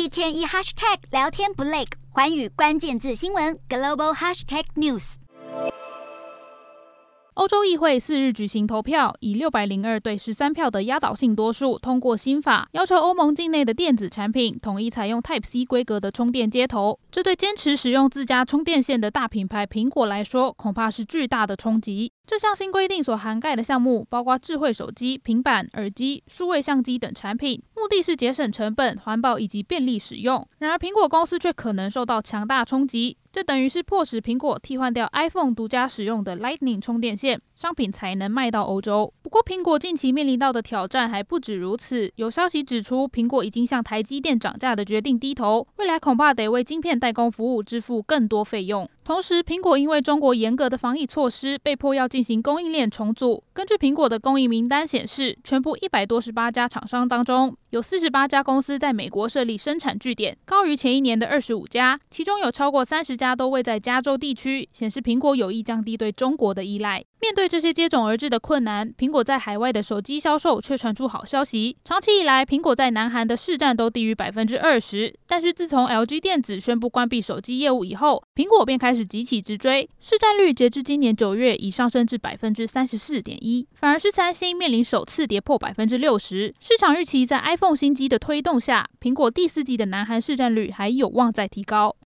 一天一 hashtag 聊天不累，寰宇关键字新闻 global hashtag news。 欧洲议会4日举行投票，以602对13票的压倒性多数通过新法，要求欧盟境内的电子产品统一采用 Type-C 规格的充电接头。这对坚持使用自家充电线的大品牌苹果来说，恐怕是巨大的冲击。这项新规定所涵盖的项目包括智慧手机、平板、耳机、数位相机等产品，目的是节省成本、环保以及便利使用。然而，苹果公司却可能受到强大冲击。这等于是迫使苹果替换掉 iPhone 独家使用的 Lightning 充电线，商品才能卖到欧洲。不过，苹果近期面临到的挑战还不止如此。有消息指出，苹果已经向台积电涨价的决定低头，未来恐怕得为晶片代工服务支付更多费用。同时，苹果因为中国严格的防疫措施，被迫要进行供应链重组。根据苹果的供应名单显示，全部188家厂商当中，有48家公司在美国设立生产据点，高于前一年的25家，其中有超过30家都位在加州地区，显示苹果有意降低对中国的依赖。面对这些接踵而至的困难，苹果在海外的手机销售却传出好消息。长期以来，苹果在南韩的市占都低于20%，但是自从 LG 电子宣布关闭手机业务以后，苹果便开始急起直追，市占率截至今年9月已上升至34.1%，反而是三星面临首次跌破60%。市场预期在 iPhone 新机的推动下，苹果第4季的南韩市占率还有望再提高。